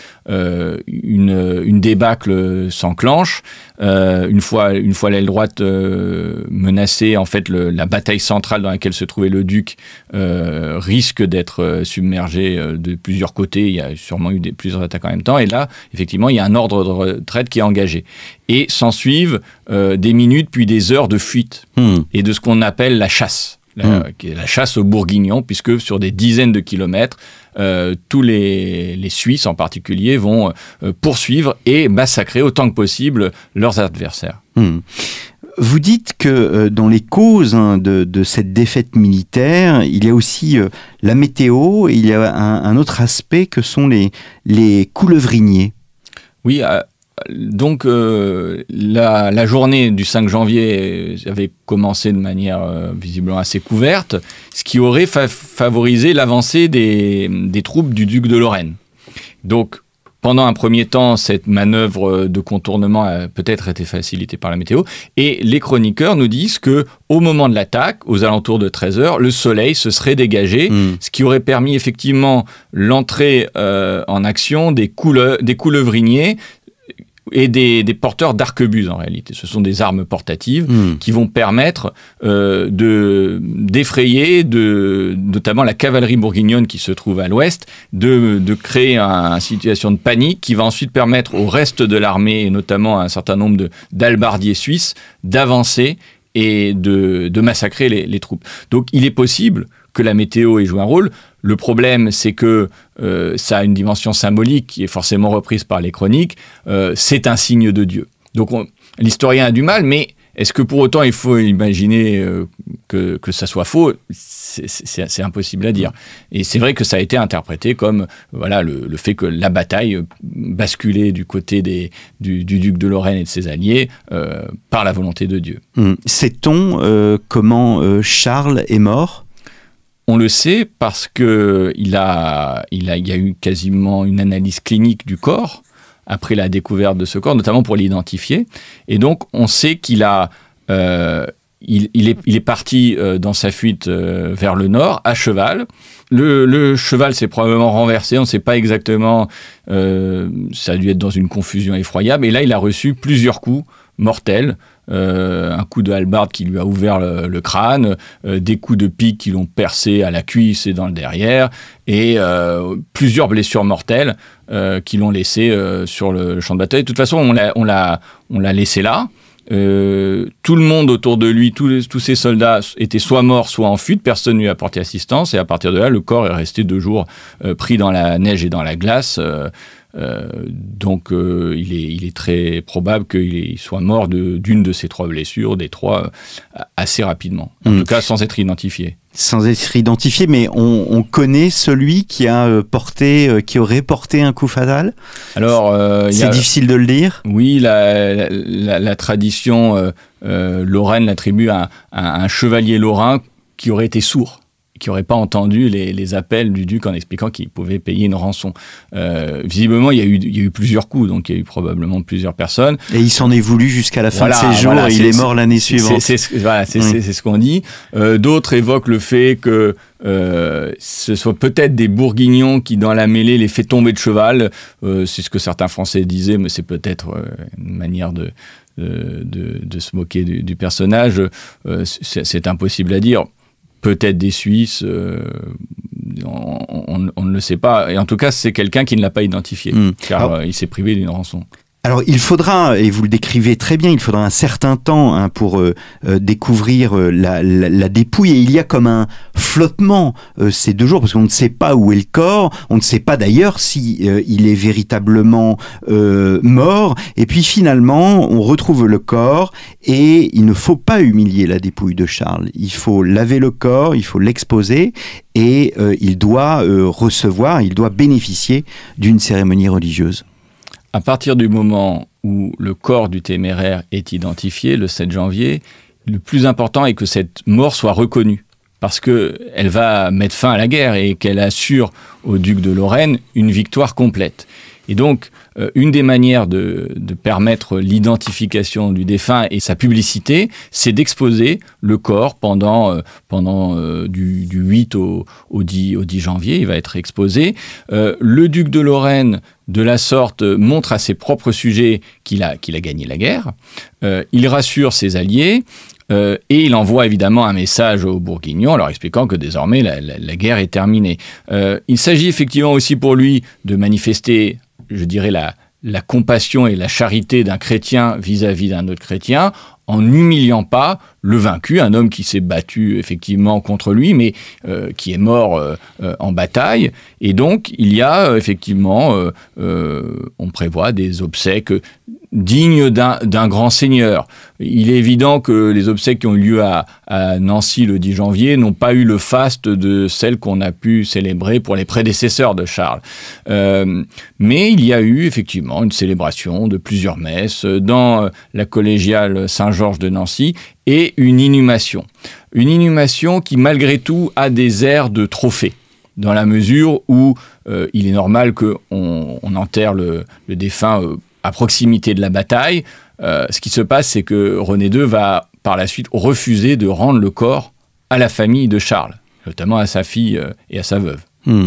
Speaker 3: une débâcle s'enclenche. Une fois l'aile droite menacée, en fait, la bataille centrale dans laquelle se trouvait le duc risque d'être submergée de plusieurs côtés. Il y a sûrement eu plusieurs attaques en même temps. Et là, effectivement, il y a un ordre de retraite qui est engagé. Et s'ensuivent des minutes puis des heures de fuite et de ce qu'on appelle la chasse. La chasse aux Bourguignons, puisque sur des dizaines de kilomètres, tous les Suisses en particulier vont poursuivre et massacrer autant que possible leurs adversaires.
Speaker 2: Vous dites que dans les causes de cette défaite militaire, il y a aussi la météo et il y a un autre aspect que sont les coulevriniers. Oui,
Speaker 3: donc la journée du 5 janvier avait commencé de manière visiblement assez couverte, ce qui aurait favorisé l'avancée des troupes du duc de Lorraine. Donc, pendant un premier temps, cette manœuvre de contournement a peut-être été facilitée par la météo, et les chroniqueurs nous disent qu'au moment de l'attaque, aux alentours de 13h, le soleil se serait dégagé, ce qui aurait permis effectivement l'entrée en action des coulevriniers, et des porteurs d'arquebuses en réalité. Ce sont des armes portatives qui vont permettre d'effrayer notamment la cavalerie bourguignonne qui se trouve à l'ouest, de créer une situation de panique qui va ensuite permettre au reste de l'armée, et notamment à un certain nombre d'halbardiers suisses, d'avancer et de massacrer les troupes. Donc il est possible que la météo ait joué un rôle. Le problème, c'est que ça a une dimension symbolique qui est forcément reprise par les chroniques. C'est un signe de Dieu. Donc l'historien a du mal, mais est-ce que pour autant il faut imaginer que ça soit faux ? C'est impossible à dire. Et c'est vrai que ça a été interprété comme le fait que la bataille basculait du côté du duc de Lorraine et de ses alliés par la volonté de Dieu.
Speaker 2: Sait-on comment Charles est mort ?
Speaker 3: On le sait parce qu'il y a eu quasiment une analyse clinique du corps après la découverte de ce corps, notamment pour l'identifier. Et donc, on sait qu'il est parti dans sa fuite vers le nord, à cheval. Le cheval s'est probablement renversé, on ne sait pas exactement, ça a dû être dans une confusion effroyable. Et là, il a reçu plusieurs coups mortels. Un coup de hallebarde qui lui a ouvert le crâne, des coups de pique qui l'ont percé à la cuisse et dans le derrière, et plusieurs blessures mortelles qui l'ont laissé sur le champ de bataille. De toute façon, on l'a laissé là. Tout le monde autour de lui, tous ses soldats étaient soit morts, soit en fuite. Personne ne lui a apporté assistance, et à partir de là, le corps est resté 2 jours pris dans la neige et dans la glace. Donc il est très probable qu'il soit mort d'une de ces 3 blessures, des 3 assez rapidement. En tout cas, sans être identifié.
Speaker 2: Sans être identifié, mais on connaît celui qui aurait porté un coup fatal.
Speaker 3: Alors,
Speaker 2: c'est difficile de le dire.
Speaker 3: Oui, la tradition lorraine l'attribue à un chevalier lorrain qui aurait été sourd, qui n'aurait pas entendu les appels du duc en expliquant qu'il pouvait payer une rançon. Visiblement, il y a eu plusieurs coups, donc il y a eu probablement plusieur personnes.
Speaker 2: Et il s'en est voulu jusqu'à la fin de ses jours, et il est mort l'année suivante. C'est
Speaker 3: ce qu'on dit. D'autres évoquent le fait que ce soit peut-être des Bourguignons qui, dans la mêlée, les fait tomber de cheval. C'est ce que certains Français disaient, mais c'est peut-être une manière de se moquer du personnage. C'est impossible à dire. Peut-être des Suisses, on ne le sait pas. Et en tout cas, c'est quelqu'un qui ne l'a pas identifié, car il s'est privé d'une rançon.
Speaker 2: Alors il faudra, et vous le décrivez très bien, il faudra un certain temps pour découvrir la dépouille, et il y a comme un flottement ces 2 jours, parce qu'on ne sait pas où est le corps, on ne sait pas d'ailleurs si il est véritablement mort, et puis finalement on retrouve le corps, et il ne faut pas humilier la dépouille de Charles, il faut laver le corps, il faut l'exposer, et il doit il doit bénéficier d'une cérémonie religieuse.
Speaker 3: À partir du moment où le corps du téméraire est identifié, le 7 janvier, le plus important est que cette mort soit reconnue, parce qu'elle va mettre fin à la guerre et qu'elle assure au duc de Lorraine une victoire complète. Et donc, une des manières de permettre l'identification du défunt et sa publicité, c'est d'exposer le corps pendant du 8 au 10 janvier. Il va être exposé. Le duc de Lorraine, de la sorte, montre à ses propres sujets qu'il a gagné la guerre. Il rassure ses alliés. Et il envoie évidemment un message aux Bourguignons leur expliquant que désormais la guerre est terminée. Il s'agit effectivement aussi pour lui de manifester, je dirais, la compassion et la charité d'un chrétien vis-à-vis d'un autre chrétien, en n'humiliant pas le vaincu, un homme qui s'est battu effectivement contre lui, mais qui est mort en bataille. Et donc, il y a effectivement, on prévoit des obsèques dignes d'un grand seigneur. Il est évident que les obsèques qui ont eu lieu à Nancy le 10 janvier n'ont pas eu le faste de celles qu'on a pu célébrer pour les prédécesseurs de Charles. Mais il y a eu effectivement une célébration de plusieurs messes dans la collégiale Saint-Georges de Nancy et une inhumation. Une inhumation qui malgré tout a des airs de trophée, dans la mesure où il est normal qu'on enterre le défunt à proximité de la bataille. Ce qui se passe, c'est que René II va par la suite refuser de rendre le corps à la famille de Charles, notamment à sa fille et à sa veuve.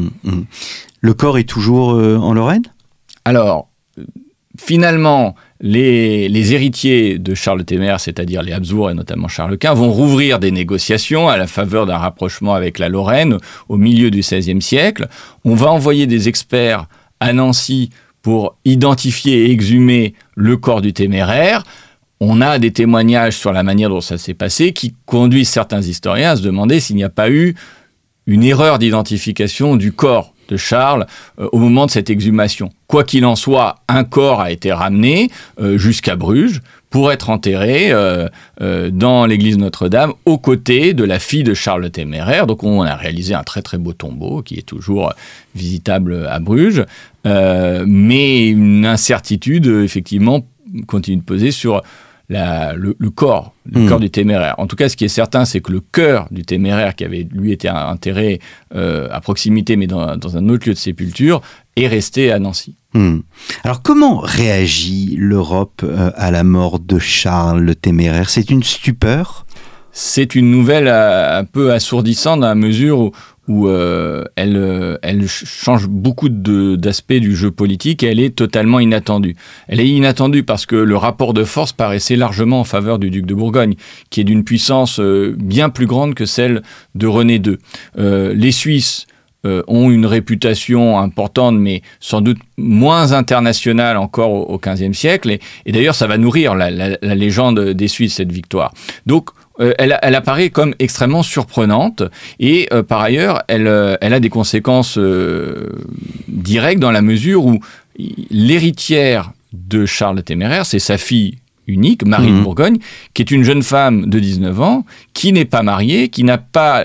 Speaker 2: Le corps est toujours en Lorraine ?
Speaker 3: Alors, finalement, les héritiers de Charles le Téméraire, c'est-à-dire les Habsbourg et notamment Charles Quint, vont rouvrir des négociations à la faveur d'un rapprochement avec la Lorraine au milieu du XVIe siècle. On va envoyer des experts à Nancy pour identifier et exhumer le corps du Téméraire. On a des témoignages sur la manière dont ça s'est passé qui conduisent certains historiens à se demander s'il n'y a pas eu une erreur d'identification du corps de Charles au moment de cette exhumation. Quoi qu'il en soit, un corps a été ramené jusqu'à Bruges pour être enterré dans l'église Notre-Dame aux côtés de la fille de Charles le Téméraire. Donc on a réalisé un très très beau tombeau qui est toujours visitable à Bruges, mais une incertitude effectivement continue de peser sur le corps du Téméraire. En tout cas, ce qui est certain, c'est que le cœur du Téméraire, qui avait lui été enterré à proximité, mais dans un autre lieu de sépulture, est resté à Nancy.
Speaker 2: Alors, comment réagit l'Europe à la mort de Charles le Téméraire ? C'est une stupeur ?
Speaker 3: C'est une nouvelle un peu assourdissante dans la mesure où elle change beaucoup d'aspects du jeu politique et elle est totalement inattendue. Elle est inattendue parce que le rapport de force paraissait largement en faveur du duc de Bourgogne, qui est d'une puissance bien plus grande que celle de René II. Les Suisses ont une réputation importante, mais sans doute moins internationale encore au XVe siècle. Et d'ailleurs, ça va nourrir la légende des Suisses, cette victoire. Donc, elle apparaît comme extrêmement surprenante et par ailleurs, elle a des conséquences directes dans la mesure où l'héritière de Charles le Téméraire, c'est sa fille unique, Marie de Bourgogne, qui est une jeune femme de 19 ans, qui n'est pas mariée, qui n'a pas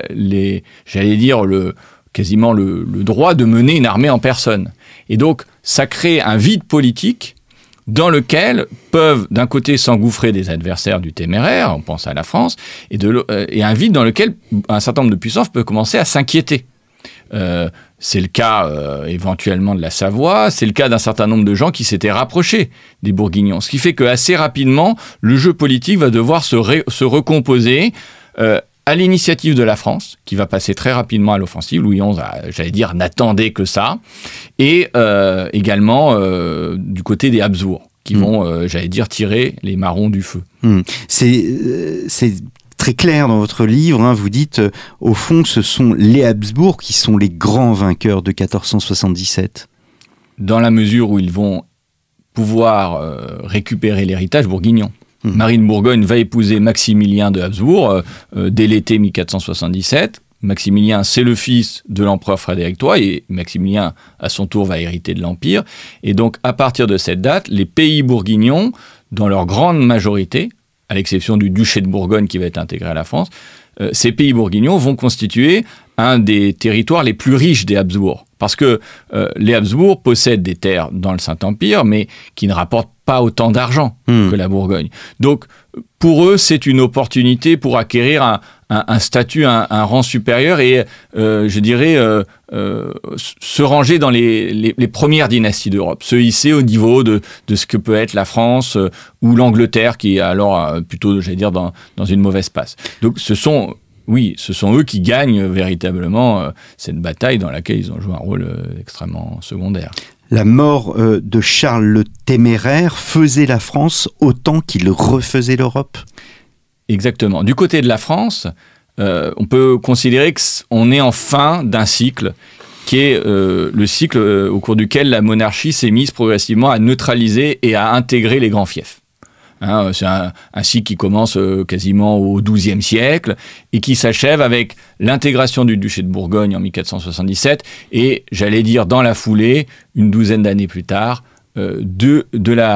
Speaker 3: quasiment le droit de mener une armée en personne. Et donc, ça crée un vide politique dans lequel peuvent d'un côté s'engouffrer des adversaires du Téméraire, on pense à la France, et un vide dans lequel un certain nombre de puissances peuvent commencer à s'inquiéter. C'est le cas éventuellement de la Savoie, c'est le cas d'un certain nombre de gens qui s'étaient rapprochés des Bourguignons. Ce qui fait qu'assez rapidement, le jeu politique va devoir se recomposer à l'initiative de la France, qui va passer très rapidement à l'offensive. Louis XI, n'attendait que ça. Et également du côté des Habsbourg, qui vont, tirer les marrons du feu.
Speaker 2: C'est très clair dans votre livre. Vous dites, au fond, ce sont les Habsbourg qui sont les grands vainqueurs de 1477.
Speaker 3: Dans la mesure où ils vont pouvoir récupérer l'héritage bourguignon. Marie de Bourgogne va épouser Maximilien de Habsbourg dès l'été 1477. Maximilien, c'est le fils de l'empereur Frédéric III et Maximilien, à son tour, va hériter de l'Empire. Et donc, à partir de cette date, les pays bourguignons, dans leur grande majorité, à l'exception du duché de Bourgogne qui va être intégré à la France, ces pays bourguignons vont constituer un des territoires les plus riches des Habsbourg. Parce que les Habsbourg possèdent des terres dans le Saint-Empire, mais qui ne rapportent pas autant d'argent que la Bourgogne. Donc, pour eux, c'est une opportunité pour acquérir un statut, un rang supérieur et, je dirais, se ranger dans les premières dynasties d'Europe, se hisser au niveau de ce que peut être la France ou l'Angleterre, qui est alors plutôt, j'allais dire, dans une mauvaise passe. Donc, ce sont eux qui gagnent véritablement cette bataille dans laquelle ils ont joué un rôle extrêmement secondaire.
Speaker 2: La mort de Charles le Téméraire faisait la France autant qu'il refaisait l'Europe ?
Speaker 3: Exactement. Du côté de la France, on peut considérer qu'on est en fin d'un cycle qui est le cycle au cours duquel la monarchie s'est mise progressivement à neutraliser et à intégrer les grands fiefs. C'est un cycle qui commence quasiment au XIIe siècle et qui s'achève avec l'intégration du duché de Bourgogne en 1477 et, j'allais dire dans la foulée, une douzaine d'années plus tard, de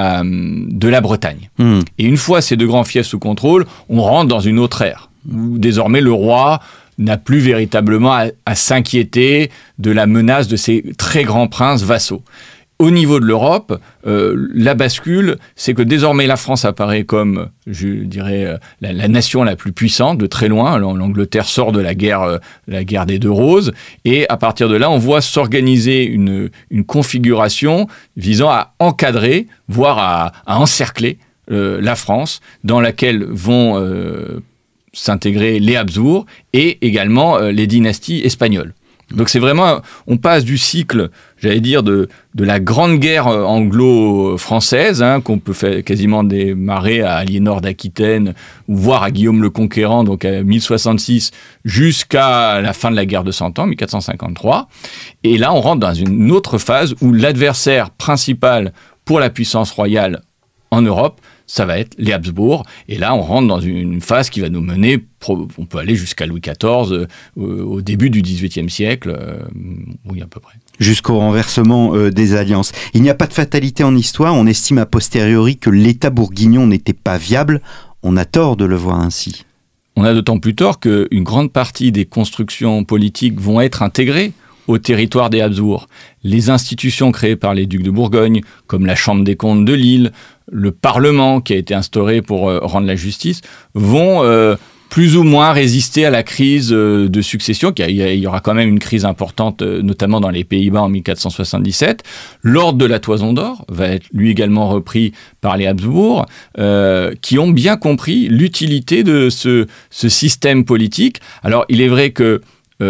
Speaker 3: la Bretagne. Et une fois ces deux grands fiefs sous contrôle, on rentre dans une autre ère, où désormais le roi n'a plus véritablement à s'inquiéter de la menace de ces très grands princes vassaux. Au niveau de l'Europe, la bascule, c'est que désormais la France apparaît comme, je dirais, la nation la plus puissante, de très loin. L'Angleterre sort de la guerre des Deux Roses. Et à partir de là, on voit s'organiser une configuration visant à encadrer, voire à encercler la France, dans laquelle vont s'intégrer les Habsbourg et également les dynasties espagnoles. Donc c'est vraiment, on passe du cycle, j'allais dire, de la grande guerre anglo-française, qu'on peut faire quasiment démarrer à Aliénor d'Aquitaine, ou voire à Guillaume le Conquérant, donc à 1066, jusqu'à la fin de la guerre de Cent Ans, 1453. Et là, on rentre dans une autre phase où l'adversaire principal pour la puissance royale en Europe, ça va être les Habsbourg. Et là, on rentre dans une phase qui va nous mener, on peut aller jusqu'à Louis XIV, au début du XVIIIe siècle, oui, à peu près.
Speaker 2: Jusqu'au renversement des alliances. Il n'y a pas de fatalité en histoire. On estime a posteriori que l'État bourguignon n'était pas viable. On a tort de le voir ainsi.
Speaker 3: On a d'autant plus tort qu'une grande partie des constructions politiques vont être intégrées au territoire des Habsbourg. Les institutions créées par les ducs de Bourgogne, comme la Chambre des comptes de Lille, le Parlement qui a été instauré pour rendre la justice, vont plus ou moins résister à la crise de succession. Il y aura quand même une crise importante, notamment dans les Pays-Bas en 1477. L'ordre de la Toison d'Or va être lui également repris par les Habsbourg, qui ont bien compris l'utilité de ce système politique. Alors, il est vrai que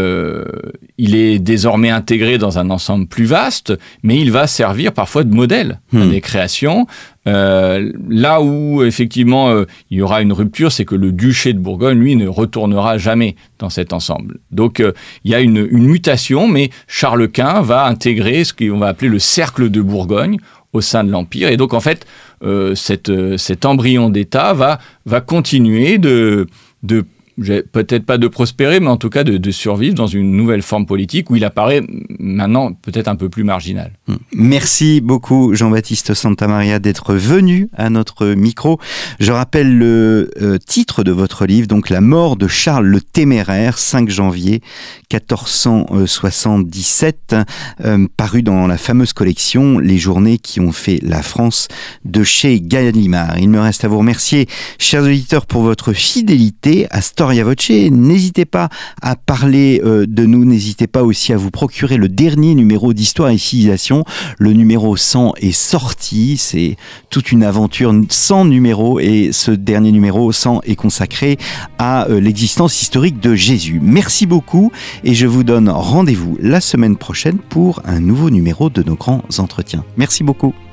Speaker 3: il est désormais intégré dans un ensemble plus vaste, mais il va servir parfois de modèle à des créations. Là où, effectivement, il y aura une rupture, c'est que le duché de Bourgogne, lui, ne retournera jamais dans cet ensemble. Donc, il y a une mutation, mais Charles Quint va intégrer ce qu'on va appeler le cercle de Bourgogne au sein de l'Empire. Et donc, en fait, cet embryon d'État va continuer de peut-être pas de prospérer, mais en tout cas de survivre dans une nouvelle forme politique où il apparaît maintenant peut-être un peu plus marginal.
Speaker 2: Merci beaucoup Jean-Baptiste Santamaria d'être venu à notre micro. Je rappelle le titre de votre livre, donc La mort de Charles le Téméraire, 5 janvier 1477, paru dans la fameuse collection Les journées qui ont fait la France de chez Gallimard. Il me reste à vous remercier, chers auditeurs, pour votre fidélité à Storia Voce. N'hésitez pas à parler de nous, n'hésitez pas aussi à vous procurer le dernier numéro d'Histoire et Civilisation. Le numéro 100 est sorti, c'est toute une aventure sans numéro et ce dernier numéro 100 est consacré à l'existence historique de Jésus. Merci beaucoup et je vous donne rendez-vous la semaine prochaine pour un nouveau numéro de nos grands entretiens. Merci beaucoup.